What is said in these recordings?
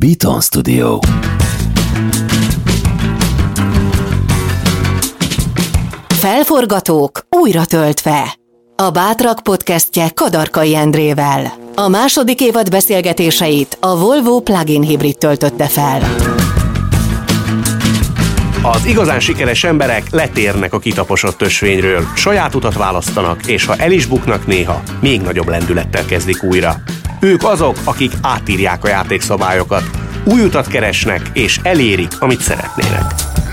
Beaton Studio. Felforgatók újra töltve. A Bátrak podcastje Kadarkai Endrével. A második évad beszélgetéseit a Volvo plug-in hibrid töltötte fel. Az igazán sikeres emberek letérnek a kitaposott ösvényről, saját utat választanak, és ha el is buknak néha, még nagyobb lendülettel kezdik újra. Ők azok, akik átírják a játékszabályokat, új utat keresnek, és elérik, amit szeretnének.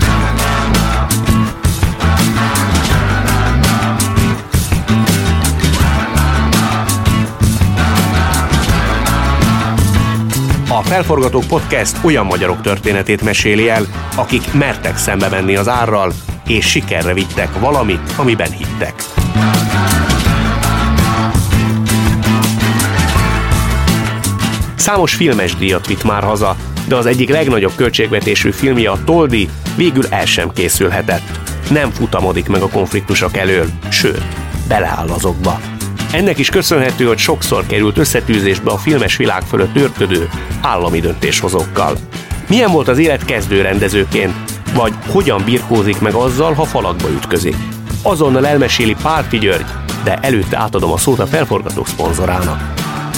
A Felforgatók Podcast olyan magyarok történetét meséli el, akik mertek szembe menni az árral, és sikerre vittek valamit, amiben hittek. Számos filmes díjat vitt már haza, de az egyik legnagyobb költségvetésű filmje, a Toldi, végül el sem készülhetett. Nem futamodik meg a konfliktusok elől, sőt, beleáll azokba. Ennek is köszönhető, hogy sokszor került összetűzésbe a filmes világ fölött őrködő állami döntéshozókkal. Milyen volt az élet kezdő rendezőként, vagy hogyan birkózik meg azzal, ha falakba ütközik? Azonnal elmeséli Pálffy György, de előtte átadom a szót a Felforgatók szponzorának.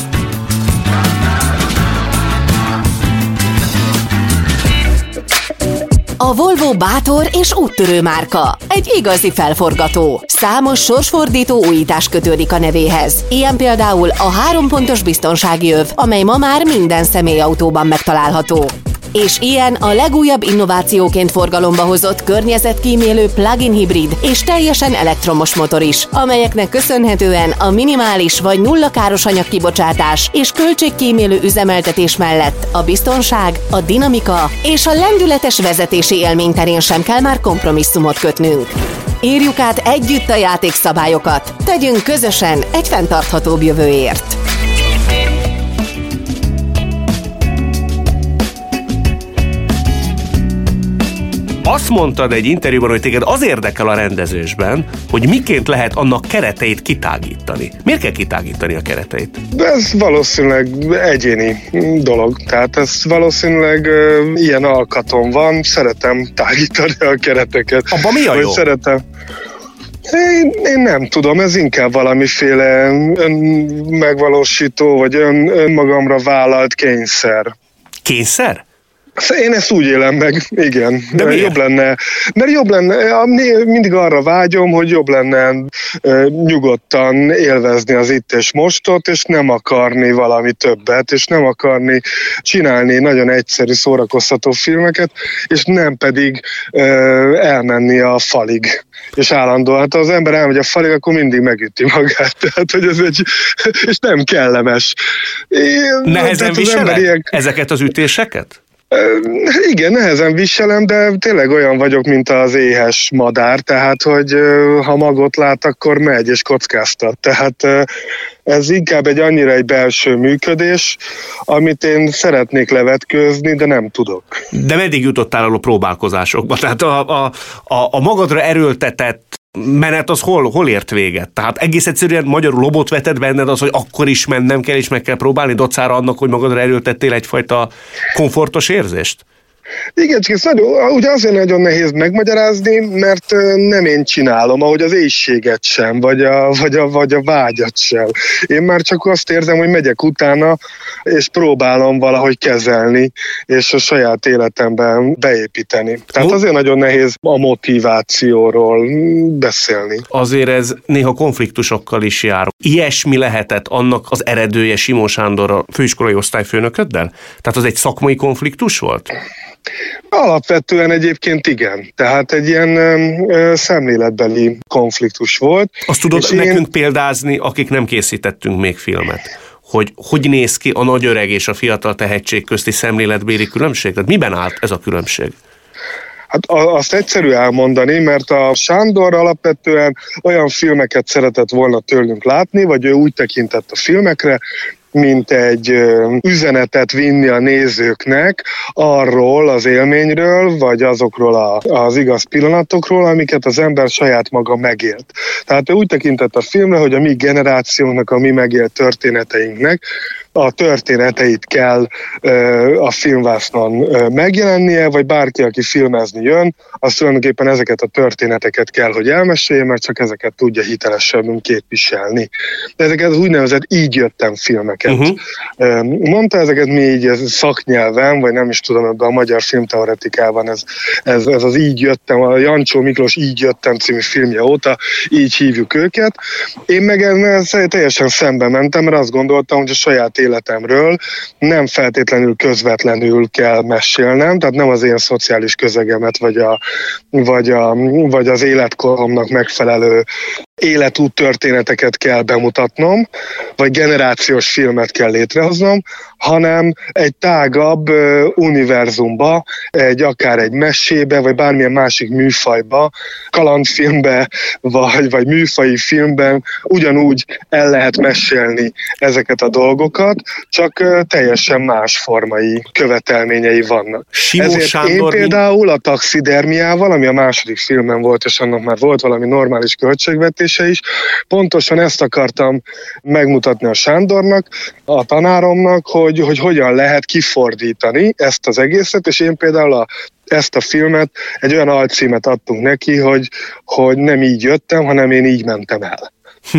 A Volvo bátor és úttörő márka. Egy igazi felforgató. Számos sorsfordító újítás kötődik a nevéhez. Ilyen például a 3 pontos biztonsági öv, amely ma már minden személyautóban megtalálható. És ilyen a legújabb innovációként forgalomba hozott környezetkímélő plug-in hibrid és teljesen elektromos motor is, amelyeknek köszönhetően a minimális vagy nulla káros anyagkibocsátás és költségkímélő üzemeltetés mellett a biztonság, a dinamika és a lendületes vezetési élmény terén sem kell már kompromisszumot kötnünk. Írjuk át együtt a játékszabályokat, tegyünk közösen egy fenntarthatóbb jövőért. Azt mondtad egy interjúban, hogy téged az érdekel a rendezésben, hogy miként lehet annak kereteit kitágítani. Miért kell kitágítani a kereteit? De ez valószínűleg egyéni dolog. Tehát ez valószínűleg ilyen alkatom van. Szeretem tágítani a kereteket. Abban mi a jó? Szeretem. Én nem tudom, ez inkább valamiféle megvalósító, vagy önmagamra vállalt kényszer. Kényszer? Én ezt úgy élem meg, igen. De miért? Mert jobb lenne, mindig arra vágyom, hogy jobb lenne nyugodtan élvezni az itt és mostot, és nem akarni valami többet, és nem akarni csinálni nagyon egyszerű, szórakoztató filmeket, és nem pedig elmenni a falig. És állandóan, hát ha az ember elmegy a falig, akkor mindig megüti magát. Tehát, hogy ez és nem kellemes. Nehezen viseled ezeket az ütéseket? Igen, nehezen viselem, de tényleg olyan vagyok, mint az éhes madár, tehát, hogy ha magot lát, akkor megy és kockáztat. Tehát ez inkább annyira egy belső működés, amit én szeretnék levetkőzni, de nem tudok. De meddig jutottál el a próbálkozásokba? Tehát a magadra erőltetett menet az hol ért véget? Tehát egész egyszerűen magyarul lobot vetett benned az, hogy akkor is mennem kell, és meg kell próbálni, dacára annak, hogy magadra erőltettél egyfajta komfortos érzést? Igen, csak ez ugye azért nagyon nehéz megmagyarázni, mert nem én csinálom, ahogy az éhséget sem, vagy a vágyat sem. Én már csak azt érzem, hogy megyek utána, és próbálom valahogy kezelni, és a saját életemben beépíteni. Tehát azért nagyon nehéz a motivációról beszélni. Azért ez néha konfliktusokkal is jár. Ilyesmi lehetett annak az eredője Simon Sándor a főiskolai osztályfőnököddel? Tehát az egy szakmai konfliktus volt? Alapvetően egyébként igen. Tehát egy ilyen szemléletbeli konfliktus volt. Azt tudod nekünk példázni, akik nem készítettünk még filmet, hogy néz ki a nagy öreg és a fiatal tehetség közti szemléletbéli különbség? Tehát miben állt ez a különbség? Hát azt egyszerű elmondani, mert a Sándor alapvetően olyan filmeket szeretett volna tőlünk látni, vagy ő úgy tekintett a filmekre, mint egy üzenetet vinni a nézőknek arról az élményről, vagy azokról az igaz pillanatokról, amiket az ember saját maga megélt. Tehát ő úgy tekintett a filmre, hogy a mi generációnak, a mi megélt történeteinknek a történeteit kell a filmvásznon megjelennie, vagy bárki, aki filmezni jön, az tulajdonképpen ezeket a történeteket kell, hogy elmesélje, mert csak ezeket tudja hitelesebben képviselni. De ezeket az úgynevezett így jöttem filmeket. Mondta ezeket mi így szaknyelven, vagy nem is tudom, ebben a magyar filmteoretikában ez az így jöttem, a Jancsó Miklós így jöttem című filmje óta, így hívjuk őket. Én meg ezzel teljesen szembe mentem, mert azt gondoltam, hogy a saját életemről nem feltétlenül közvetlenül kell mesélnem, tehát nem az én szociális közegemet, vagy az életkoromnak megfelelő életút történeteket kell bemutatnom, vagy generációs filmet kell létrehoznom, hanem egy tágabb univerzumba, akár egy mesébe, vagy bármilyen másik műfajba, kalandfilmbe, vagy műfaji filmben ugyanúgy el lehet mesélni ezeket a dolgokat, csak teljesen más formai követelményei vannak. Ezért én például a Taxidermiával, ami a második filmem volt, és annak már volt valami normális költségvetése is, pontosan ezt akartam megmutatni a Sándornak, a tanáromnak, hogy hogyan lehet kifordítani ezt az egészet, és én például ezt a filmet, egy olyan alcímet adtunk neki, hogy nem így jöttem, hanem én így mentem el.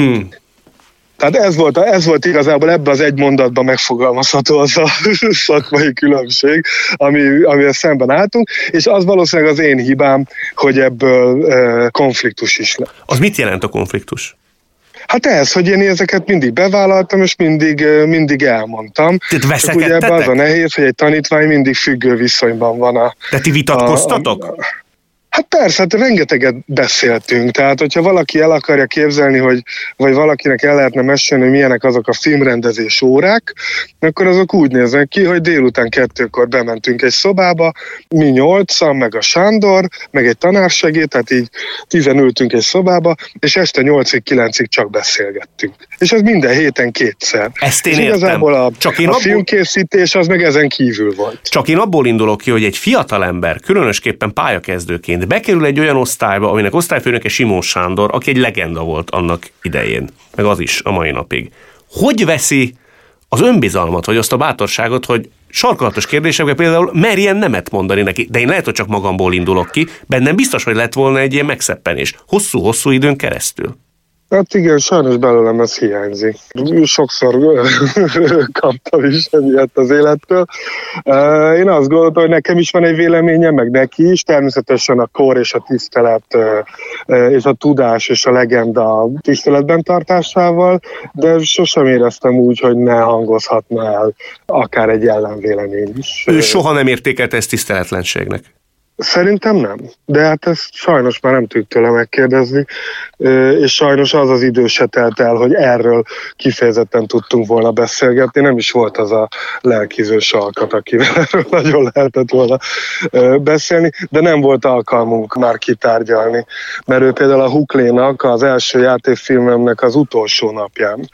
Tehát ez volt igazából ebben az egy mondatban megfogalmazható az a szakmai különbség, amivel szemben álltunk, és az valószínűleg az én hibám, hogy ebből konfliktus is lett. Az mit jelent a konfliktus? Hát ez, hogy én ezeket mindig bevállaltam, és mindig elmondtam. Csak ugye ebben az a nehéz, hogy egy tanítvány mindig függő viszonyban van De ti vitatkoztatok? Hát persze, hát rengeteget beszéltünk, tehát hogyha valaki el akarja képzelni, vagy valakinek el lehetne mesélni, hogy milyenek azok a filmrendezés órák, akkor azok úgy néznek ki, hogy délután 2-kor bementünk egy szobába, mi 8-an, meg a Sándor, meg egy tanársegéd, tehát így 10 ültünk egy szobába, és este 8-9-ig csak beszélgettünk. És ez minden héten 2-szer. Ezt én és értem. Igazából a filmkészítés az meg ezen kívül volt. Csak én abból indulok ki, hogy egy fiatalember, különösképpen pályakezdőként bekerül egy olyan osztályba, aminek osztályfőnöke Simon Sándor, aki egy legenda volt annak idején, meg az is a mai napig. Hogy veszi az önbizalmat, vagy azt a bátorságot, hogy sarkalatos kérdésekben például merjen nemet mondani neki, de én lehet, hogy csak magamból indulok ki, bennem biztos, hogy lett volna egy ilyen megszeppenés. Hosszú-hosszú időn keresztül. Hát igen, sajnos belőlem ez hiányzik. Sokszor kaptam is emiatt az élettől. Én azt gondoltam, hogy nekem is van egy véleményem, meg neki is. Természetesen a kor és a tisztelet és a tudás és a legenda tiszteletben tartásával, de sosem éreztem úgy, hogy ne hangozhatna el akár egy ellenvélemény is. Ő soha nem értékelte ezt tiszteletlenségnek? Szerintem nem, de hát ezt sajnos már nem tudjuk tőle megkérdezni, és sajnos az az idő se telt el, hogy erről kifejezetten tudtunk volna beszélgetni, nem is volt az a lelkizős alkat, akivel erről nagyon lehetett volna beszélni, de nem volt alkalmunk már kitárgyalni, mert ő például a Huklénak, az első játékfilmemnek az utolsó napján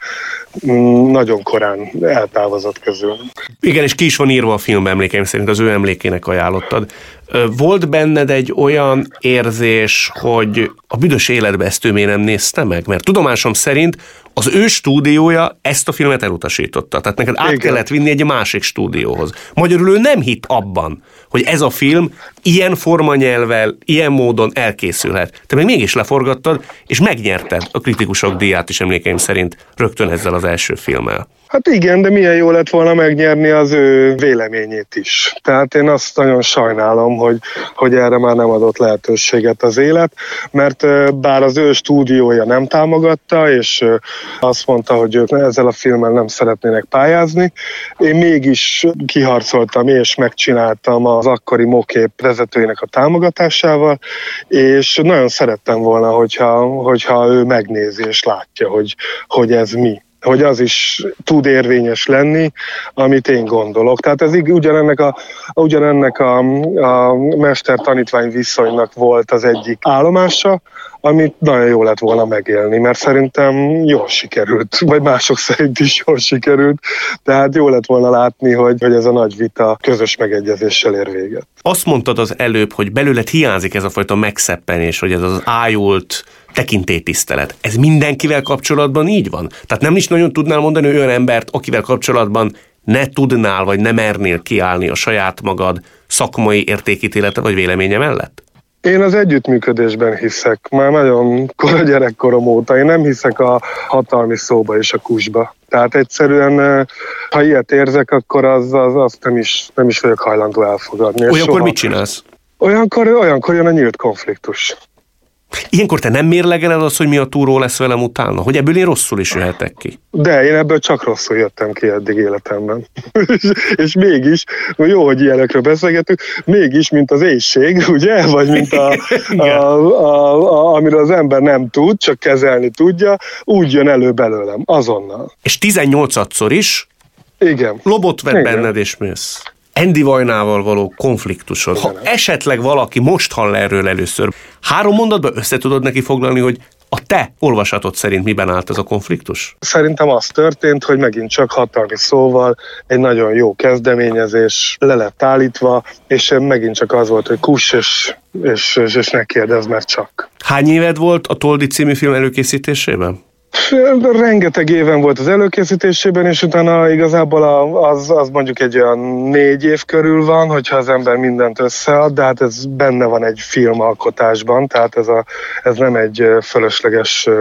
nagyon korán eltávozott közül. Igen, és ki is van írva a film emlékeim szerint, az ő emlékének ajánlottad. Volt benned egy olyan érzés, hogy a büdös életbe ezt ő miért nem nézte meg? Mert tudomásom szerint az ő stúdiója ezt a filmet elutasította. Tehát neked át kellett vinni egy másik stúdióhoz. Magyarul ő nem hitt abban, hogy ez a film ilyen formanyelvvel, ilyen módon elkészülhet. Te meg mégis leforgattad, és megnyerted a kritikusok díját is emlékeim szerint rögtön ezzel az első filmmel. Hát igen, de milyen jó lett volna megnyerni az ő véleményét is. Tehát én azt nagyon sajnálom, hogy erre már nem adott lehetőséget az élet, mert bár az ő stúdiója nem támogatta, és azt mondta, hogy ők ezzel a filmmel nem szeretnének pályázni, én mégis kiharcoltam és megcsináltam az akkori Mokép vezetőjének a támogatásával, és nagyon szerettem volna, hogyha ő megnézi és látja, hogy ez mi. Hogy az is tud érvényes lenni, amit én gondolok. Tehát ez ugyanennek a mester-tanítvány viszonynak volt az egyik állomása, amit nagyon jó lett volna megélni, mert szerintem jól sikerült, vagy mások szerint is jól sikerült, tehát jó lett volna látni, hogy ez a nagy vita közös megegyezéssel ér véget. Azt mondtad az előbb, hogy belőled hiányzik ez a fajta megszeppenés, hogy ez az ájult, tekintélytisztelet. Ez mindenkivel kapcsolatban így van? Tehát nem is nagyon tudnál mondani olyan embert, akivel kapcsolatban ne tudnál, vagy ne mernél kiállni a saját magad szakmai értékítélete vagy véleménye mellett? Én az együttműködésben hiszek, már nagyon kora gyerekkorom óta. Én nem hiszek a hatalmi szóba és a kusba. Tehát egyszerűen, ha ilyet érzek, akkor azt nem is vagyok hajlandó elfogadni. Olyankor mit csinálsz? Olyankor jön a nyílt konfliktus. Ilyenkor te nem mérlegeled azt, hogy mi a túró lesz velem utána? Hogy ebből én rosszul is jöhetek ki? De én ebből csak rosszul jöttem ki eddig életemben. És mégis, jó, hogy ilyenekről beszélgetünk, mégis, mint az éhség, ugye? Vagy mint amiről az ember nem tud, csak kezelni tudja, úgy jön elő belőlem, azonnal. És 18-szor is? Igen. Lobot vett benned és mész. Andy Vajnával való konfliktusod. Ha esetleg valaki most hall erről először, 3 mondatban össze tudod neki foglalni, hogy a te olvasatod szerint miben állt ez a konfliktus? Szerintem az történt, hogy megint csak hatalmi szóval egy nagyon jó kezdeményezés le lett állítva, és megint csak az volt, hogy kuss, és ne kérdezz, mert csak. Hány éved volt a Toldi című film előkészítésében? Rengeteg éven volt az előkészítésében, és utána igazából az mondjuk egy olyan 4 év körül van, hogyha az ember mindent összead, de hát ez benne van egy filmalkotásban, tehát ez nem egy fölösleges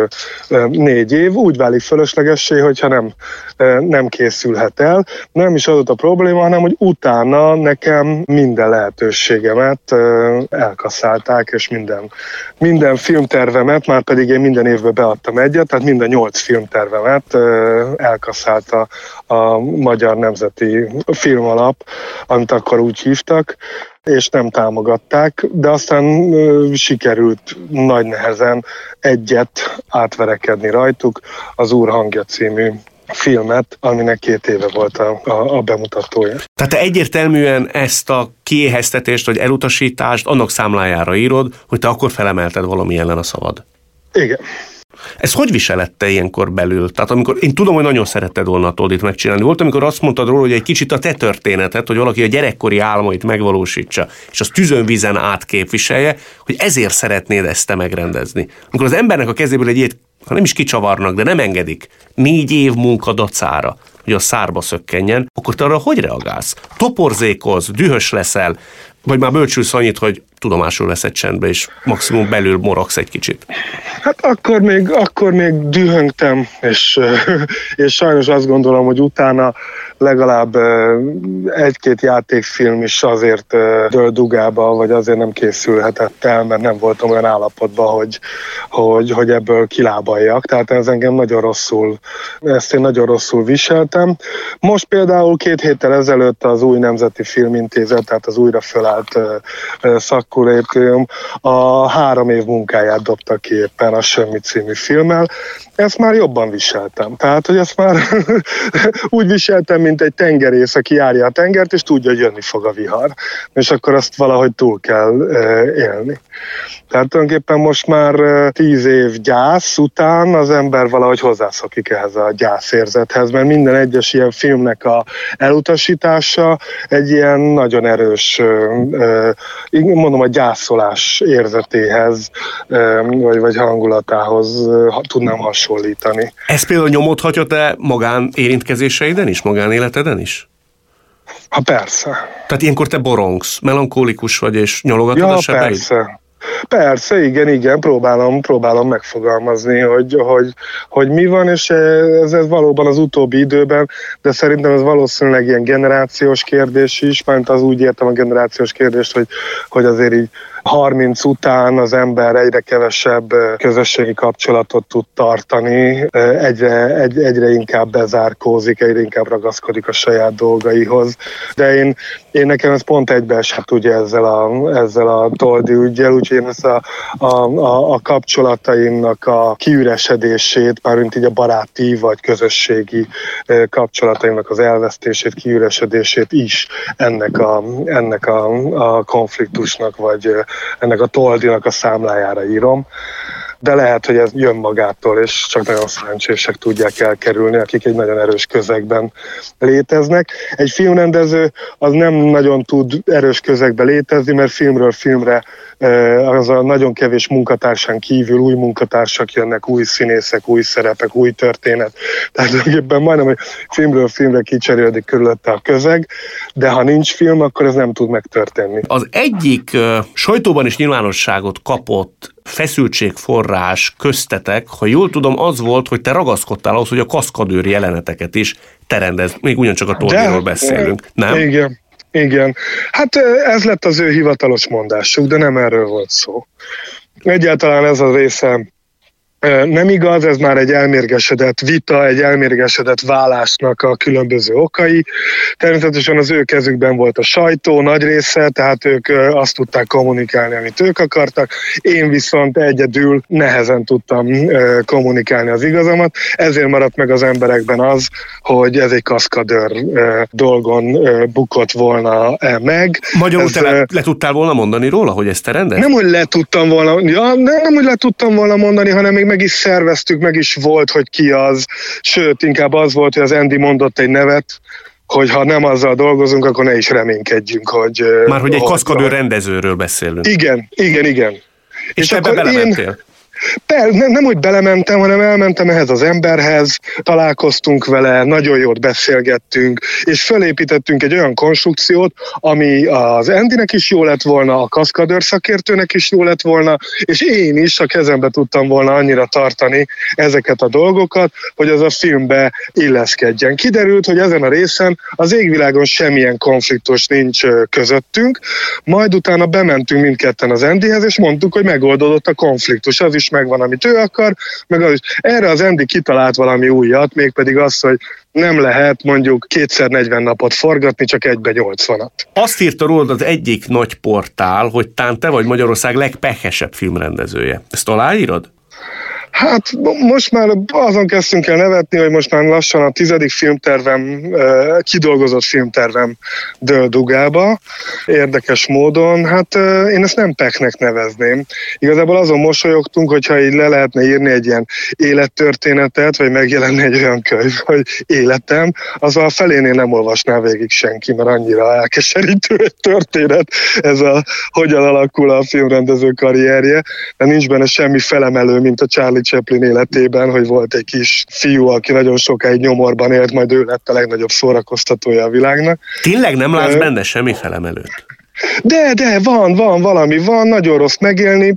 4 év, úgy válik fölöslegessé, hogyha nem készülhet el. Nem is az a probléma, hanem hogy utána nekem minden lehetőségemet elkasszálták, és minden filmtervemet, már pedig én minden évben beadtam egyet, tehát minden 8 filmtervemet elkasszálta a Magyar Nemzeti Filmalap, amit akkor úgy hívtak, és nem támogatták, de aztán sikerült nagy nehezen egyet átverekedni rajtuk, az Úr hangja című filmet, aminek 2 éve volt a bemutatója. Tehát te egyértelműen ezt a kiéheztetést vagy elutasítást annak számlájára írod, hogy te akkor felemelted valami ellen a szavad. Igen. Ez hogy viselette ilyenkor belül? Tehát amikor én tudom, hogy nagyon szeretted volna a Toldit megcsinálni. Volt, amikor azt mondtad róla, hogy egy kicsit a te történeted, hogy valaki a gyerekkori álmait megvalósítsa, és az tüzön-vízen átképviselje, hogy ezért szeretnéd ezt te megrendezni. Amikor az embernek a kezéből egy ilyet, ha nem is kicsavarnak, de nem engedik, 4 év munka dacára, hogy a szárba szökkenjen, akkor te arra hogy reagálsz? Toporzékolsz, dühös leszel, vagy már bölcsülsz annyit, hogy tudomásul veszed csendbe, és maximum belül morogsz egy kicsit? Hát akkor még dühöngtem, és sajnos azt gondolom, hogy utána legalább 1-2 játékfilm is azért dől dugába, vagy azért nem készülhetett el, mert nem voltam olyan állapotban, hogy ebből kilábaljak. Tehát ez engem ezt én nagyon rosszul viseltem. Most például 2 héttel ezelőtt az új Nemzeti Filmintézet, tehát az újra fölállt szakkollégium a 3 év munkáját dobta ki éppen a Semmi című filmmel. Ezt már jobban viseltem. Tehát, hogy ezt már úgy viseltem, mint egy tengerész, aki járja a tengert, és tudja, hogy jönni fog a vihar. És akkor azt valahogy túl kell élni. Tehát tulajdonképpen most már 10 év gyász után az ember valahogy hozzászokik ehhez a gyászérzethez, mert minden egyes ilyen filmnek a elutasítása egy ilyen nagyon erős, mondom, a gyászolás érzetéhez, vagy hangulatához tudnám hasonlítani. Ez például nyomot hagyja te magánérintkezéseiden is, magánéleteden is? Ha persze. Tehát ilyenkor te borongsz, melankólikus vagy, és nyalogatod a sebeid? Persze. Persze, igen, próbálom megfogalmazni, hogy mi van, és ez valóban az utóbbi időben, de szerintem ez valószínűleg ilyen generációs kérdés is, mert az úgy értem a generációs kérdést, hogy azért így 30 után az ember egyre kevesebb közösségi kapcsolatot tud tartani, egyre inkább bezárkózik, egyre inkább ragaszkodik a saját dolgaihoz. De én nekem ez pont egybeesett ugye ezzel a Toldi üggyel, úgyhogy én ezt a kapcsolataimnak a kiüresedését, mármint így a baráti vagy közösségi kapcsolataimnak az elvesztését, kiüresedését is ennek a konfliktusnak, vagy ennek a Toldinak a számlájára írom. de lehet, hogy ez jön magától, és csak nagyon szerencsések tudják elkerülni, akik egy nagyon erős közegben léteznek. Egy filmrendező az nem nagyon tud erős közegben létezni, mert filmről filmre az a nagyon kevés munkatársán kívül új munkatársak jönnek, új színészek, új szerepek, új történet. Tehát tulajdonképpen majdnem, hogy filmről filmre kicserélődik körülötte a közeg, de ha nincs film, akkor ez nem tud megtörténni. Az egyik sajtóban is nyilvánosságot kapott feszültségforrás köztetek, ha jól tudom, az volt, hogy te ragaszkodtál ahhoz, hogy a kaszkadőr jeleneteket is te rendez. Még ugyancsak a Toldiról beszélünk, nem? Igen. Hát ez lett az ő hivatalos mondásuk, de nem erről volt szó. Egyáltalán ez a része nem igaz, ez már egy elmérgesedett vita, egy elmérgesedett válásnak a különböző okai. Természetesen az ő kezükben volt a sajtó nagy része, tehát ők azt tudták kommunikálni, amit ők akartak. Én viszont egyedül nehezen tudtam kommunikálni az igazamat, ezért maradt meg az emberekben az, hogy ez egy kaszkadőr dolgon bukott volna meg. Magyarul te le tudtál volna mondani róla, hogy ezt te rendez? Nem, hogy le tudtam volna, nem, hogy le tudtam volna mondani, hanem még meg is szerveztük, meg is volt, hogy ki az. Sőt, inkább az volt, hogy az Andy mondott egy nevet, hogy ha nem azzal dolgozunk, akkor ne is reménykedjünk, hogy... Már hogy egy kaszkadőr rendezőről beszélünk. Igen. És ebbe belementél? Nem, hogy belementem, hanem elmentem ehhez az emberhez, találkoztunk vele, nagyon jót beszélgettünk, és fölépítettünk egy olyan konstrukciót, ami az Andynek is jó lett volna, a kaszkadőr szakértőnek is jó lett volna, és én is a kezembe tudtam volna annyira tartani ezeket a dolgokat, hogy az a filmbe illeszkedjen. Kiderült, hogy ezen a részen az égvilágon semmilyen konfliktus nincs közöttünk, majd utána bementünk mindketten az Andyhez, és mondtuk, hogy megoldódott a konfliktus, az is megvan, amit ő akar, meg az is. Erre az Andy kitalált valami újat, mégpedig az, hogy nem lehet mondjuk 2x40 napot forgatni, csak 1/80-at. Azt írta rólad az egyik nagy portál, hogy tán te vagy Magyarország legpehesebb filmrendezője. Ezt aláírod? Hát most már azon kezdtünk el nevetni, hogy most már lassan a 10. filmtervem, kidolgozott filmtervem dől dugába. Érdekes módon, hát én ezt nem peknek nevezném. Igazából azon mosolyogtunk, hogyha így le lehetne írni egy ilyen élettörténetet, vagy megjelenne egy olyan könyv, hogy életem, az a felénél nem olvasná végig senki, mert annyira elkeserítő egy történet, ez a hogyan alakul a filmrendező karrierje, de nincs benne semmi felemelő, mint a Charlie Chaplin életében, hogy volt egy kis fiú, aki nagyon sokáig nyomorban élt, majd ő lett a legnagyobb szórakoztatója a világnak. Tényleg nem látsz benne semmi felemelőt? De van valami, nagyon rossz megélni,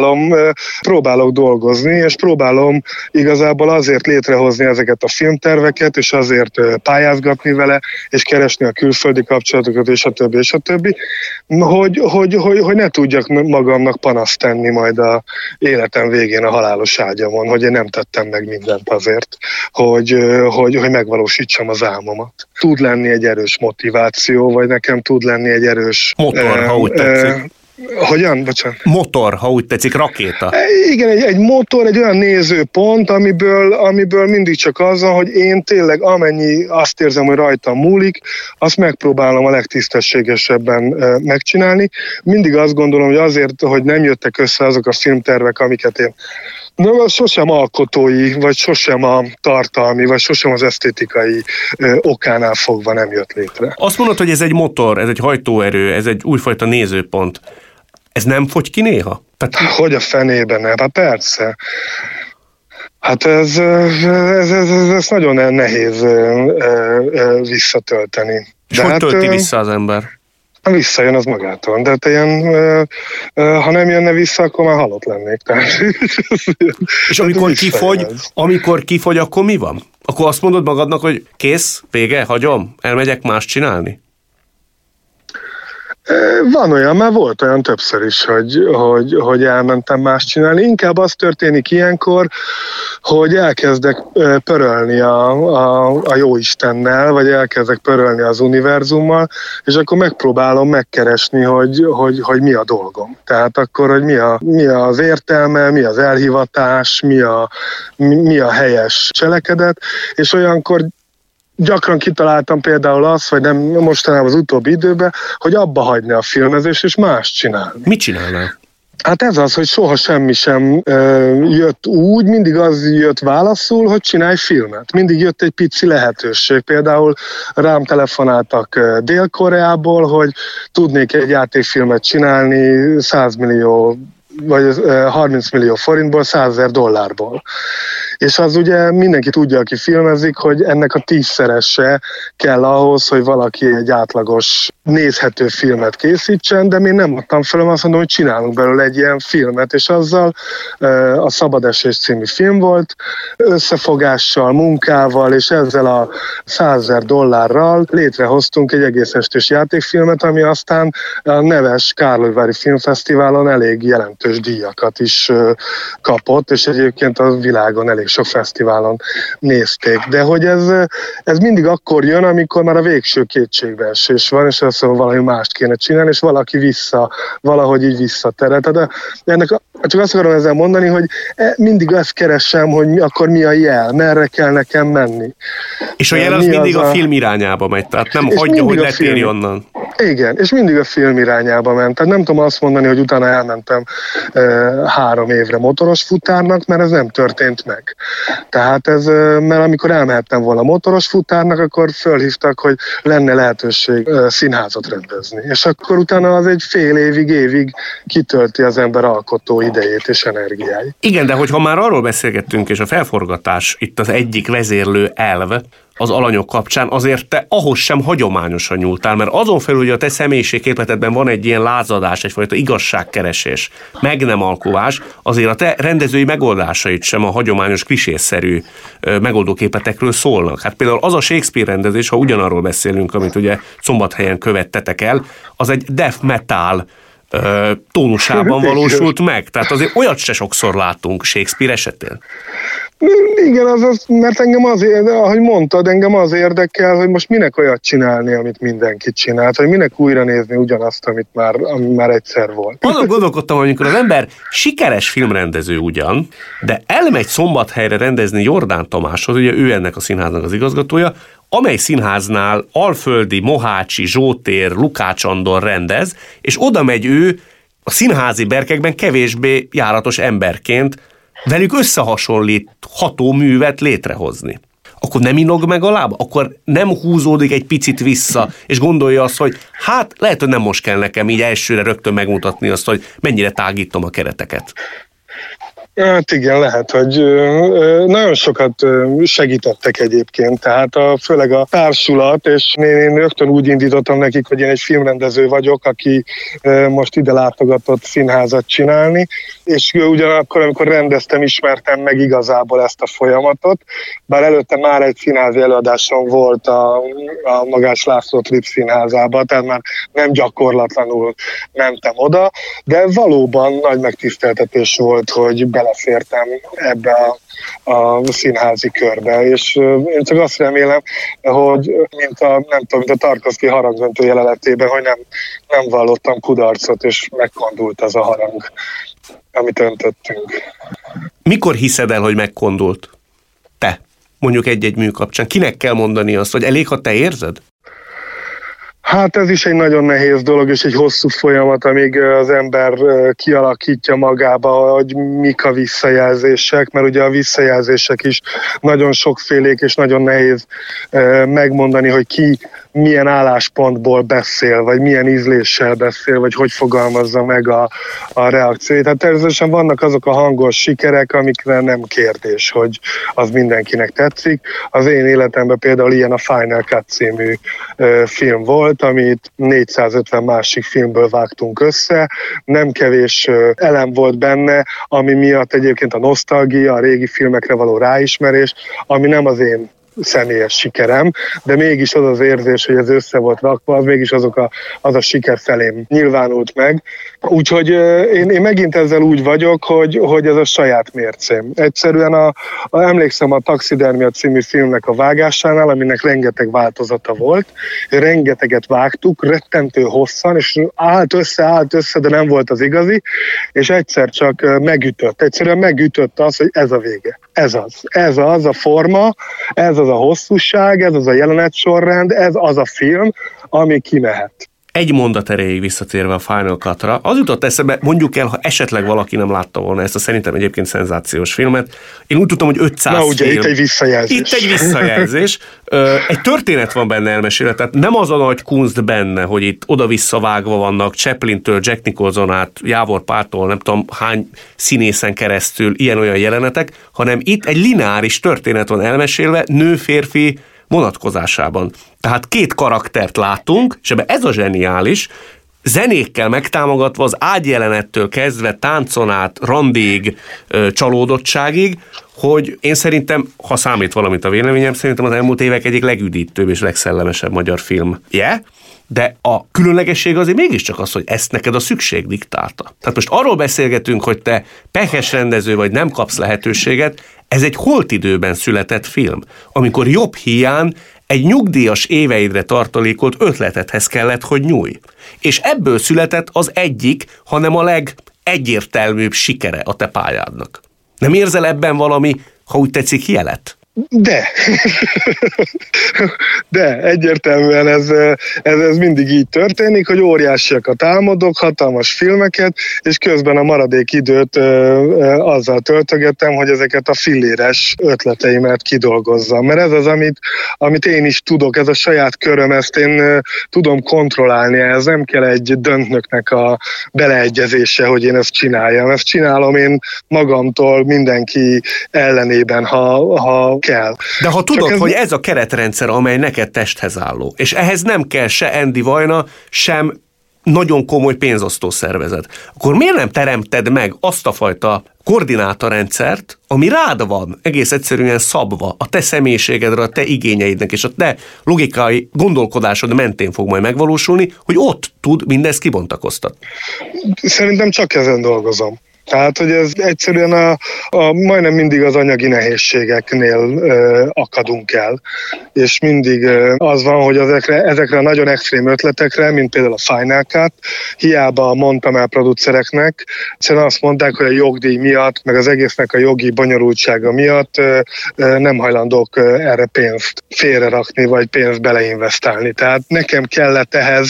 próbálok dolgozni, és próbálom igazából azért létrehozni ezeket a filmterveket, és azért pályázgatni vele, és keresni a külföldi kapcsolatokat, és a többi, hogy ne tudjak magamnak panaszt tenni majd a életem végén a halálos ágyamon, hogy én nem tettem meg mindent azért, hogy megvalósítsam az álmomat. Tud lenni egy erős motiváció, vagy nekem tud lenni egy erős... Motor, ha úgy tetszik. Hogyan? Bocsánat. Motor, ha úgy tetszik, rakéta. Igen, egy motor, egy olyan nézőpont, amiből mindig csak az van, hogy én tényleg amennyi azt érzem, hogy rajtam múlik, azt megpróbálom a legtisztességesebben megcsinálni. Mindig azt gondolom, hogy azért, hogy nem jöttek össze azok a filmtervek, amiket én sosem alkotói, vagy sosem a tartalmi, vagy sosem az esztétikai okánál fogva nem jött létre. Azt mondod, hogy ez egy motor, ez egy hajtóerő, ez egy újfajta nézőpont. Ez nem fogy ki néha? Tehát... Hogy a fenében nem? Hát persze. Hát ez nagyon nehéz visszatölteni. És hogy tölti vissza az ember? Visszajön az magától, de hát ilyen, ha nem jönne vissza, akkor már halott lennék. És amikor kifogy, akkor mi van? Akkor azt mondod magadnak, hogy kész, vége, hagyom, elmegyek más csinálni? Van olyan, már volt olyan többször is, hogy elmentem más csinálni. Inkább az történik ilyenkor, hogy elkezdek pörölni a jóistennel, vagy elkezdek pörölni az univerzummal, és akkor megpróbálom megkeresni, hogy mi a dolgom. Tehát akkor, hogy mi az értelme, mi az elhivatás, mi a helyes cselekedet, és olyankor gyakran kitaláltam például azt, vagy nem mostanában az utóbbi időben, hogy abba hagyni a filmezést és más csinálni. Mit csinálnál? Hát ez az, hogy soha semmi sem jött úgy, mindig az jött válaszul, hogy csinálj filmet. Mindig jött egy pici lehetőség. Például rám telefonáltak Dél-Koreából, hogy tudnék egy játékfilmet csinálni 100 millió vagy 30 millió forintból, 100 000 dollárból. És az ugye mindenki tudja, aki filmezik, hogy ennek a 10-szerese kell ahhoz, hogy valaki egy átlagos, nézhető filmet készítsen, de még nem adtam fel, azt mondom, hogy csinálunk belőle egy ilyen filmet, és azzal a Szabad Esés című film volt, összefogással, munkával, és ezzel a 100 000 dollárral létrehoztunk egy egész estés játékfilmet, ami aztán a neves Kárlóvári Filmfesztiválon elég jelentős díjakat is kapott, és egyébként a világon elég sok fesztiválon nézték. De hogy ez mindig akkor jön, amikor már a végső kétségbeesés van, és azt mondom, valami mást kéne csinálni, és valaki valahogy így visszateret. De ennek csak azt akarom ezzel mondani, hogy mindig azt keresem, hogy akkor mi a jel, merre kell nekem menni. És a jel az mindig a film irányába megy, tehát nem hagyja, hogy letérj onnan. Igen, és mindig a film irányába ment. Tehát nem tudom azt mondani, hogy utána elmentem 3 évre motoros futárnak, mert ez nem történt meg. Tehát mert amikor elmehettem volna motoros futárnak, akkor fölhívtak, hogy lenne lehetőség színházat rendezni. És akkor utána az egy fél évig kitölti az ember alkotó idejét és energiáit. Igen, de hogyha már arról beszélgettünk, és a felforgatás itt az egyik vezérlő elv, az alanyok kapcsán, azért te ahhoz sem hagyományosan nyúltál, mert azon felül, hogy a te személyiségképletedben van egy ilyen lázadás, egyfajta igazságkeresés, meg nem alkuvás, azért a te rendezői megoldásait sem a hagyományos klisészerű megoldóképletekről szólnak. Hát például az a Shakespeare rendezés, ha ugyanarról beszélünk, amit ugye Szombathelyen követtetek el, az egy death metal tónusában valósult meg. Tehát azért olyat se sokszor látunk Shakespeare esetén. Igen, mert engem azért, ahogy mondtad, engem az érdekel, hogy most minek olyat csinálni, amit mindenki csinált, hogy minek újra nézni ugyanazt, ami már egyszer volt. Azon gondolkodtam, hogy amikor az ember sikeres filmrendező ugyan, de elmegy Szombathelyre rendezni Jordán Tamáshoz, ugye ő ennek a színháznak az igazgatója, amely színháznál Alföldi, Mohácsi, Zsótér, Lukács Andor rendez, és oda megy ő a színházi berkekben kevésbé járatos emberként velük összehasonlítható művet létrehozni. Akkor nem inog meg a lába? Akkor nem húzódik egy picit vissza, és gondolja azt, hogy hát lehet, hogy nem most kell nekem így elsőre rögtön megmutatni azt, hogy mennyire tágítom a kereteket. Hát igen, lehet, hogy nagyon sokat segítettek egyébként, tehát főleg a társulat, és én rögtön úgy indítottam nekik, hogy én egy filmrendező vagyok, aki most ide látogatott színházat csinálni, és ugyanakkor, amikor rendeztem, ismertem meg igazából ezt a folyamatot, bár előtte már egy színházi előadásom volt a Magás László Trip színházában, tehát már nem gyakorlatlanul mentem oda, de valóban nagy megtiszteltetés volt, hogy belefértem ebbe a színházi körbe, és én csak azt remélem, hogy mint a Tarkovszky harangdöntő jelenetében, hogy nem vallottam kudarcot, és megkondult az a harang, amit öntöttünk. Mikor hiszed el, hogy megkondult? Te, mondjuk egy-egy mű kapcsán. Kinek kell mondani azt, hogy elég, ha te érzed? Hát ez is egy nagyon nehéz dolog, és egy hosszú folyamat, amíg az ember kialakítja magába, hogy mik a visszajelzések, mert ugye a visszajelzések is nagyon sokfélék, és nagyon nehéz megmondani, hogy ki milyen álláspontból beszél, vagy milyen ízléssel beszél, vagy hogy fogalmazza meg a reakcióit. Tehát természetesen vannak azok a hangos sikerek, amikre nem kérdés, hogy az mindenkinek tetszik. Az én életemben például ilyen a Final Cut című film volt, amit 450 másik filmből vágtunk össze. Nem kevés elem volt benne, ami miatt egyébként a nosztalgia, a régi filmekre való ráismerés, ami nem az én személyes sikerem, de mégis az az érzés, hogy ez össze volt rakva, az mégis az a siker felém nyilvánult meg. Úgyhogy én megint ezzel úgy vagyok, hogy ez a saját mércém. Egyszerűen emlékszem a Taxidermia című filmnek a vágásánál, aminek rengeteg változata volt. Rengeteget vágtuk, rettentő hosszan, és állt össze, de nem volt az igazi, és egyszer csak megütött. Egyszerűen megütött az, hogy ez a vége. Ez az a forma, ez az a hosszúság, ez az a jelenetsorrend, ez az a film, ami kimehet. Egy mondat erejéig visszatérve a Final Cut-ra, az jutott eszembe, mondjuk el, ha esetleg valaki nem látta volna ezt a szerintem egyébként szenzációs filmet. Én úgy tudtam, hogy 500 Na ugye, film. itt egy visszajelzés. Itt egy visszajelzés. Egy történet van benne elmesélve, tehát nem az a nagy kunst benne, hogy itt oda-vissza vágva vannak Chaplintől, Jack Nicholson át, Jávor Pártól, nem tudom hány színészen keresztül ilyen-olyan jelenetek, hanem itt egy lineáris történet van elmesélve, nő-férfi vonatkozásában. Tehát 2 karaktert látunk, és ebben ez a zseniális, zenékkel megtámogatva az ágyjelenettől kezdve táncon át, randig, csalódottságig, hogy én szerintem, ha számít valamit a véleményem, szerintem az elmúlt évek egyik legüdítőbb és legszellemesebb magyar film. De a különlegesség azért mégiscsak az, hogy ezt neked a szükség diktálta. Tehát most arról beszélgetünk, hogy te pehes rendező vagy, nem kapsz lehetőséget, ez egy holt időben született film, amikor jobb hiány egy nyugdíjas éveidre tartalékolt ötletedhez kellett, hogy nyújj. És ebből született az egyik, hanem a legegyértelműbb sikere a te pályádnak. Nem érzel ebben valami, ha úgy tetszik, jelet? De egyértelműen ez mindig így történik, hogy óriásiakat álmodok, hatalmas filmeket, és közben a maradék időt azzal töltögettem, hogy ezeket a filléres ötleteimet kidolgozzam. Mert ez az, amit én is tudok, ez a saját köröm, ezt én tudom kontrollálni, ez nem kell egy döntnöknek a beleegyezése, hogy én ezt csináljam. Ezt csinálom én magamtól, mindenki ellenében, ha kell. De ha tudod, hogy ez a keretrendszer, amely neked testhez álló, és ehhez nem kell se Andy Vajna, sem nagyon komoly pénzosztó szervezet, akkor miért nem teremted meg azt a fajta koordinátorrendszert, ami rád van egész egyszerűen szabva a te személyiségedre, a te igényeidnek, és a te logikai gondolkodásod mentén fog majd megvalósulni, hogy ott tud mindezt kibontakoztatni? Szerintem csak ezen dolgozom. Tehát, hogy ez egyszerűen majdnem mindig az anyagi nehézségeknél akadunk el, és mindig az van, hogy ezekre a nagyon extrém ötletekre, mint például a Final Cut, hiába mondtam el producereknek, egyszerűen azt mondták, hogy a jogdíj miatt, meg az egésznek a jogi bonyolultsága miatt nem hajlandók erre pénzt félrerakni, vagy pénzt beleinvestálni. Tehát nekem kellett ehhez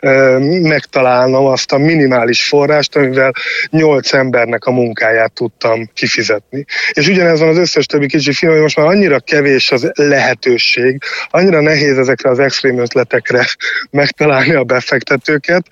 megtalálnom azt a minimális forrást, amivel 8 embernek a munkáját tudtam kifizetni. És ugyanez van az összes többi kicsi film, hogy most már annyira kevés az lehetőség, annyira nehéz ezekre az extrém ötletekre megtalálni a befektetőket,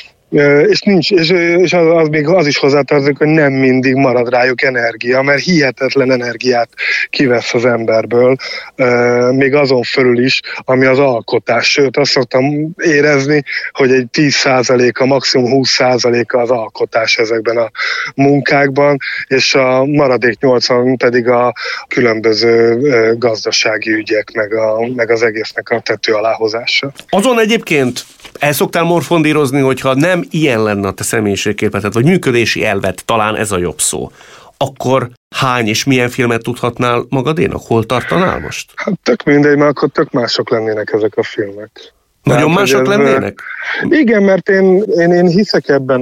és nincs, és az még az is hozzátartozik, hogy nem mindig marad rájuk energia, mert hihetetlen energiát kivesz az emberből, még azon fölül is, ami az alkotás. Sőt, azt szoktam érezni, hogy egy 10%-a, maximum 20%-a az alkotás ezekben a munkákban, és a maradék 80 pedig a különböző gazdasági ügyek, meg az egésznek a tető aláhozása. Azon egyébként el szoktál morfondírozni, hogyha nem ilyen lenne a te személyiségképleted, vagy működési elved, talán ez a jobb szó, akkor hány és milyen filmet tudhatnál magadénak? Hol tartanál most? Hát tök mindegy, mert akkor tök mások lennének ezek a filmek. Nagyon mások lennének? Igen, mert én hiszek ebben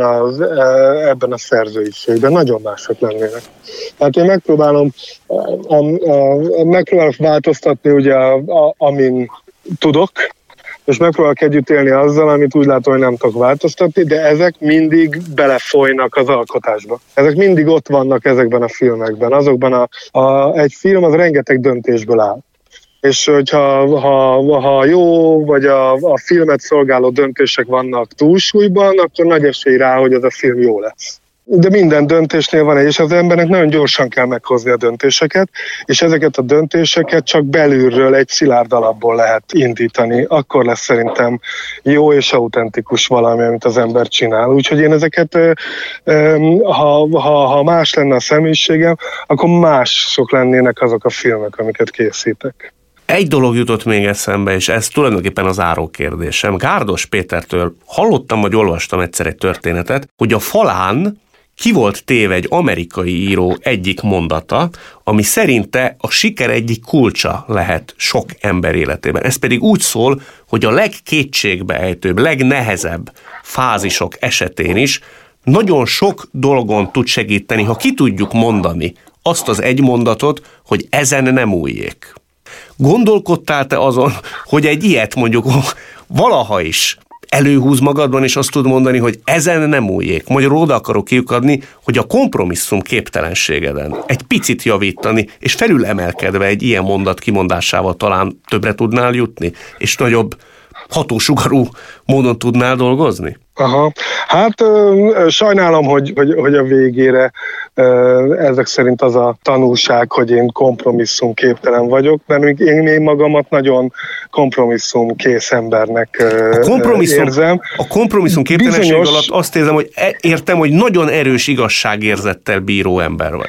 a szerzőiségben, nagyon mások lennének. Tehát én megpróbálom változtatni ugye amin tudok, és megpróbálok együtt élni azzal, amit úgy látom, hogy nem tudok változtatni, de ezek mindig belefolynak az alkotásba. Ezek mindig ott vannak ezekben a filmekben. Azokban egy film az rengeteg döntésből áll. És hogyha jó, vagy a filmet szolgáló döntések vannak túlsúlyban, akkor nagy esély rá, hogy ez a film jó lesz. De minden döntésnél van egy, és az embernek nagyon gyorsan kell meghozni a döntéseket, és ezeket a döntéseket csak belülről egy szilárd alapból lehet indítani. Akkor lesz szerintem jó és autentikus valami, amit az ember csinál. Úgyhogy én ezeket, ha más lenne a személyiségem, akkor mások lennének azok a filmek, amiket készítek. Egy dolog jutott még eszembe, és ez tulajdonképpen az záró kérdésem. Gárdos Pétertől hallottam, vagy olvastam egyszer egy történetet, hogy a falán ki volt téve egy amerikai író egyik mondata, ami szerinte a siker egyik kulcsa lehet sok ember életében. Ez pedig úgy szól, hogy a legkétségbeejtőbb, legnehezebb fázisok esetén is nagyon sok dolgon tud segíteni, ha ki tudjuk mondani azt az egy mondatot, hogy ezen nem újjék. Gondolkodtál te azon, hogy egy ilyet mondjuk valaha is előhúz magadban, és azt tud mondani, hogy ezen nem újjék. Magyarul oda akarok kiukadni, hogy a kompromisszum képtelenségeden egy picit javítani, és felülemelkedve egy ilyen mondat kimondásával talán többre tudnál jutni, és nagyobb hatósugarú módon tudnál dolgozni? Aha. Hát sajnálom, hogy a végére ezek szerint az a tanulság, hogy én kompromisszumképtelen vagyok, mert én magamat nagyon kompromisszumkész embernek érzem. A kompromisszumképtelenség alatt azt érzem, hogy értem, hogy nagyon erős igazságérzettel bíró ember vagy.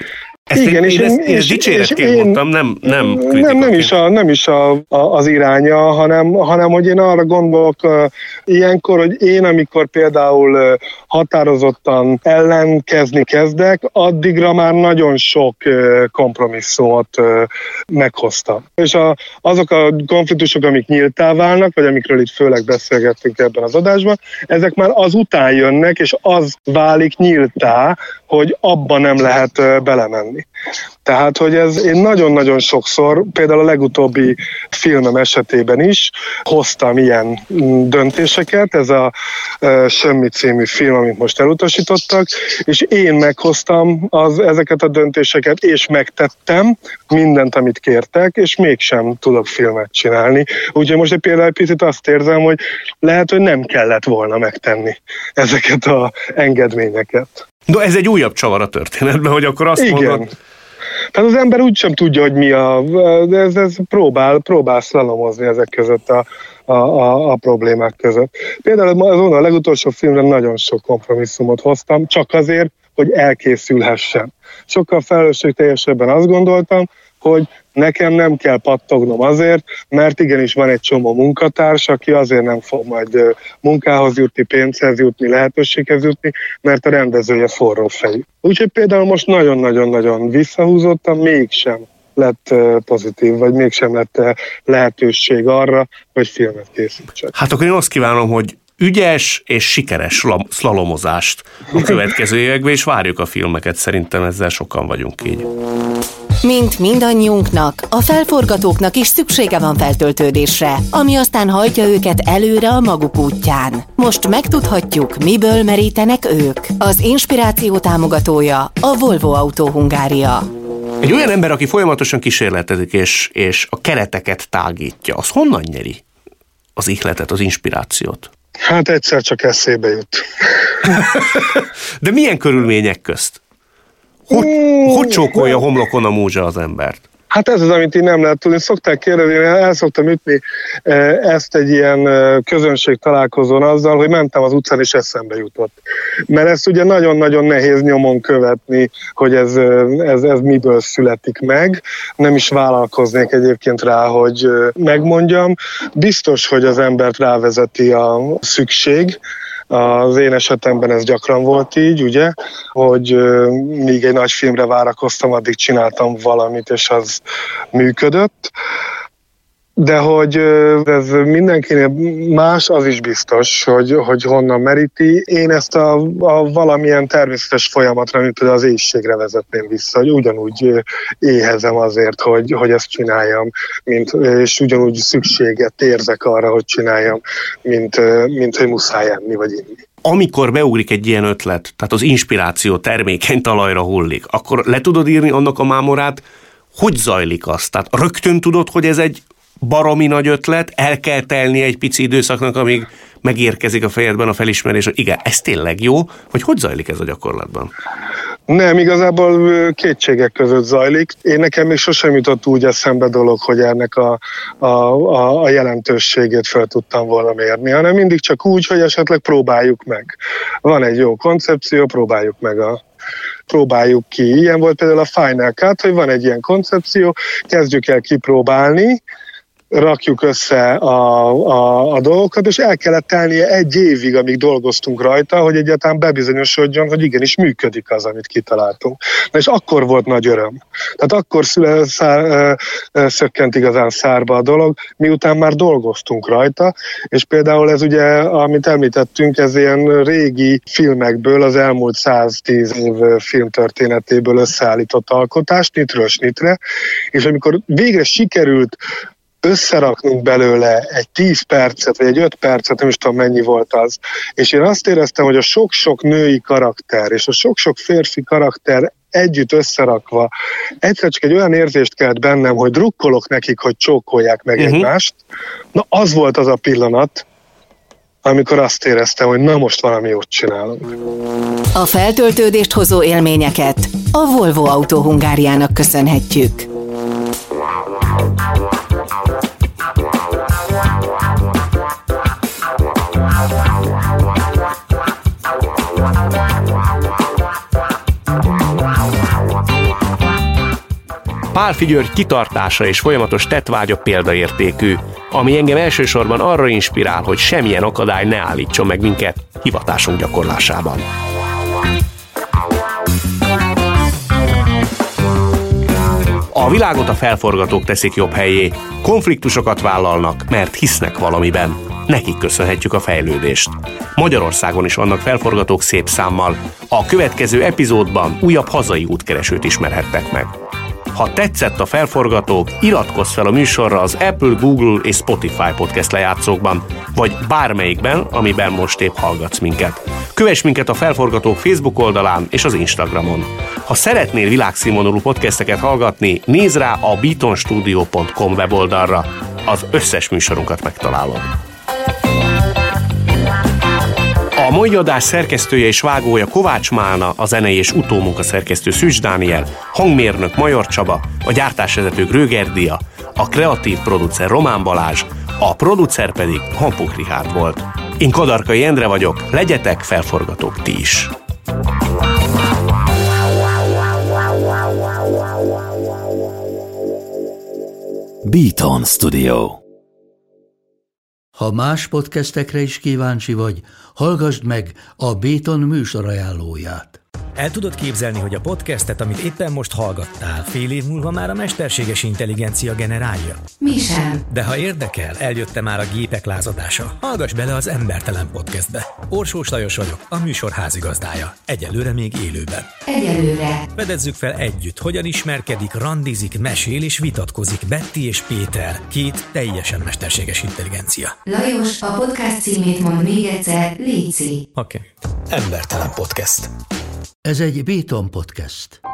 Ezt dicséretként mondtam, nem kritikaként. Nem is az iránya, hanem hogy én arra gondolok ilyenkor, hogy én, amikor például határozottan ellenkezni kezdek, addigra már nagyon sok kompromisszumot meghoztam. És azok a konfliktusok, amik nyíltá válnak, vagy amikről itt főleg beszélgettünk ebben az adásban, ezek már azután jönnek, és az válik nyíltá, hogy abba nem lehet belemenni. Tehát, hogy én nagyon-nagyon sokszor, például a legutóbbi filmem esetében is hoztam ilyen döntéseket, ez a Semmi című film, amit most elutasítottak, és én meghoztam ezeket a döntéseket, és megtettem mindent, amit kértek, és mégsem tudok filmet csinálni. Úgyhogy most például egy picit azt érzem, hogy lehet, hogy nem kellett volna megtenni ezeket az engedményeket. De ez egy újabb csavar a történetben, hogy akkor azt mondod... Tehát az ember úgysem tudja, hogy mi de ez próbál szlalomozni ezek között a problémák között. Például azon a legutolsó filmre nagyon sok kompromisszumot hoztam, csak azért, hogy elkészülhessen. Sokkal felelősségteljesebben azt gondoltam, hogy nekem nem kell pattognom azért, mert igenis van egy csomó munkatárs, aki azért nem fog majd munkához jutni, pénzhez jutni, lehetőséghez jutni, mert a rendezője forró fejű. Úgyhogy például most nagyon-nagyon-nagyon visszahúzottam, mégsem lett pozitív, vagy mégsem lett lehetőség arra, hogy filmet készítsek. Hát akkor én azt kívánom, hogy ügyes és sikeres szlalomozást a következő években, és várjuk a filmeket, szerintem ezzel sokan vagyunk így. Mint mindannyiunknak, a felforgatóknak is szüksége van feltöltődésre, ami aztán hajtja őket előre a maguk útján. Most megtudhatjuk, miből merítenek ők. Az inspiráció támogatója a Volvo Autó Hungária. Egy olyan ember, aki folyamatosan kísérletezik és a kereteket tágítja, az honnan nyeri az ihletet, az inspirációt? Hát egyszer csak eszébe jut. De milyen körülmények közt? Hogy csókolja homlokon a múzsa az embert? Hát ez az, amit így nem lehet tudni. Szokták kérdezni, el szoktam ütni ezt egy ilyen közönség találkozón azzal, hogy mentem az utcán és eszembe jutott. Mert ezt ugye nagyon-nagyon nehéz nyomon követni, hogy ez miből születik meg. Nem is vállalkoznék egyébként rá, hogy megmondjam. Biztos, hogy az embert rávezeti a szükség. Az én esetemben ez gyakran volt így, ugye, hogy míg egy nagy filmre várakoztam, addig csináltam valamit, és az működött. De hogy ez mindenkinél más, az is biztos, hogy honnan meríti. Én ezt a valamilyen természetes folyamatra, mint az éhségre vezetném vissza, hogy ugyanúgy éhezem azért, hogy ezt csináljam, és ugyanúgy szükséget érzek arra, hogy csináljam, mint hogy muszáj enni vagy inni. Amikor beugrik egy ilyen ötlet, tehát az inspiráció termékeny talajra hullik, akkor le tudod írni annak a mámorát, hogy zajlik az? Tehát rögtön tudod, hogy ez egy baromi nagy ötlet, el kell telni egy pici időszaknak, amíg megérkezik a fejedben a felismerés, hogy igen, ez tényleg jó, vagy hogy zajlik ez a gyakorlatban? Nem, igazából kétségek között zajlik. Nekem még sosem jutott úgy eszembe dolog, hogy ennek a jelentőségét fel tudtam volna mérni, hanem mindig csak úgy, hogy esetleg próbáljuk meg. Van egy jó koncepció, próbáljuk ki. Ilyen volt például a Final Cut, hogy van egy ilyen koncepció, kezdjük el kipróbálni, rakjuk össze a dolgokat, és el kellett telnie egy évig, amíg dolgoztunk rajta, hogy egyáltalán bebizonyosodjon, hogy igenis működik az, amit kitaláltunk. Na és akkor volt nagy öröm. Tehát akkor szökkent igazán szárba a dolog, miután már dolgoztunk rajta, és például ez ugye, amit említettünk, ez ilyen régi filmekből, az elmúlt 110 év filmtörténetéből összeállított alkotás, snitről snitre, és amikor végre sikerült összeraknunk belőle egy 10 percet, vagy egy 5 percet, nem is tudom mennyi volt az. És én azt éreztem, hogy a sok-sok női karakter, és a sok-sok férfi karakter együtt összerakva, egyszer csak egy olyan érzést kelt bennem, hogy drukkolok nekik, hogy csókolják meg egymást. Na, az volt az a pillanat, amikor azt éreztem, hogy na most valami jót csinálunk. A feltöltődést hozó élményeket a Volvo Autó Hungáriának köszönhetjük. Pálffy György kitartása és folyamatos tettvágya példaértékű, ami engem elsősorban arra inspirál, hogy semmilyen akadály ne állítson meg minket hivatásunk gyakorlásában. A világot a felforgatók teszik jobb helyé, konfliktusokat vállalnak, mert hisznek valamiben. Nekik köszönhetjük a fejlődést. Magyarországon is vannak felforgatók szép számmal. A következő epizódban újabb hazai útkeresőt ismerhettek meg. Ha tetszett a felforgatók, iratkozz fel a műsorra az Apple, Google és Spotify podcast lejátszókban, vagy bármelyikben, amiben most épp hallgatsz minket. Kövess minket a Felforgatók Facebook oldalán és az Instagramon. Ha szeretnél világszínvonalú podcasteket hallgatni, nézz rá a beatonstudio.com weboldalra. Az összes műsorunkat megtalálod. A mai adás szerkesztője és vágója Kovács Málna, a zenei és utómunkaszerkesztő Szűcs Dániel, hangmérnök Major Csaba, a gyártásvezető Gröger Dia, a kreatív producer Román Balázs, a producer pedig Hampuk Richárd volt. Én Kadarkai Endre vagyok, legyetek felforgatók ti is! Beaton Studio. Ha más podcastekre is kíváncsi vagy, hallgassd meg a Beaton műsorajánlóját. El tudod képzelni, hogy a podcastet, amit éppen most hallgattál, fél év múlva már a mesterséges intelligencia generálja? Mi sem. De ha érdekel, eljött már a gépek lázadása. Hallgass bele az Embertelen Podcastbe. Orsós Lajos vagyok, a műsor házigazdája. Egyelőre még élőben. Egyelőre. Fedezzük fel együtt, hogyan ismerkedik, randizik, mesél és vitatkozik Betty és Péter, két teljesen mesterséges intelligencia. Lajos, a podcast címét mond még egyszer, léci. Oké. Embertelen Podcast. Ez egy Beaton Podcast.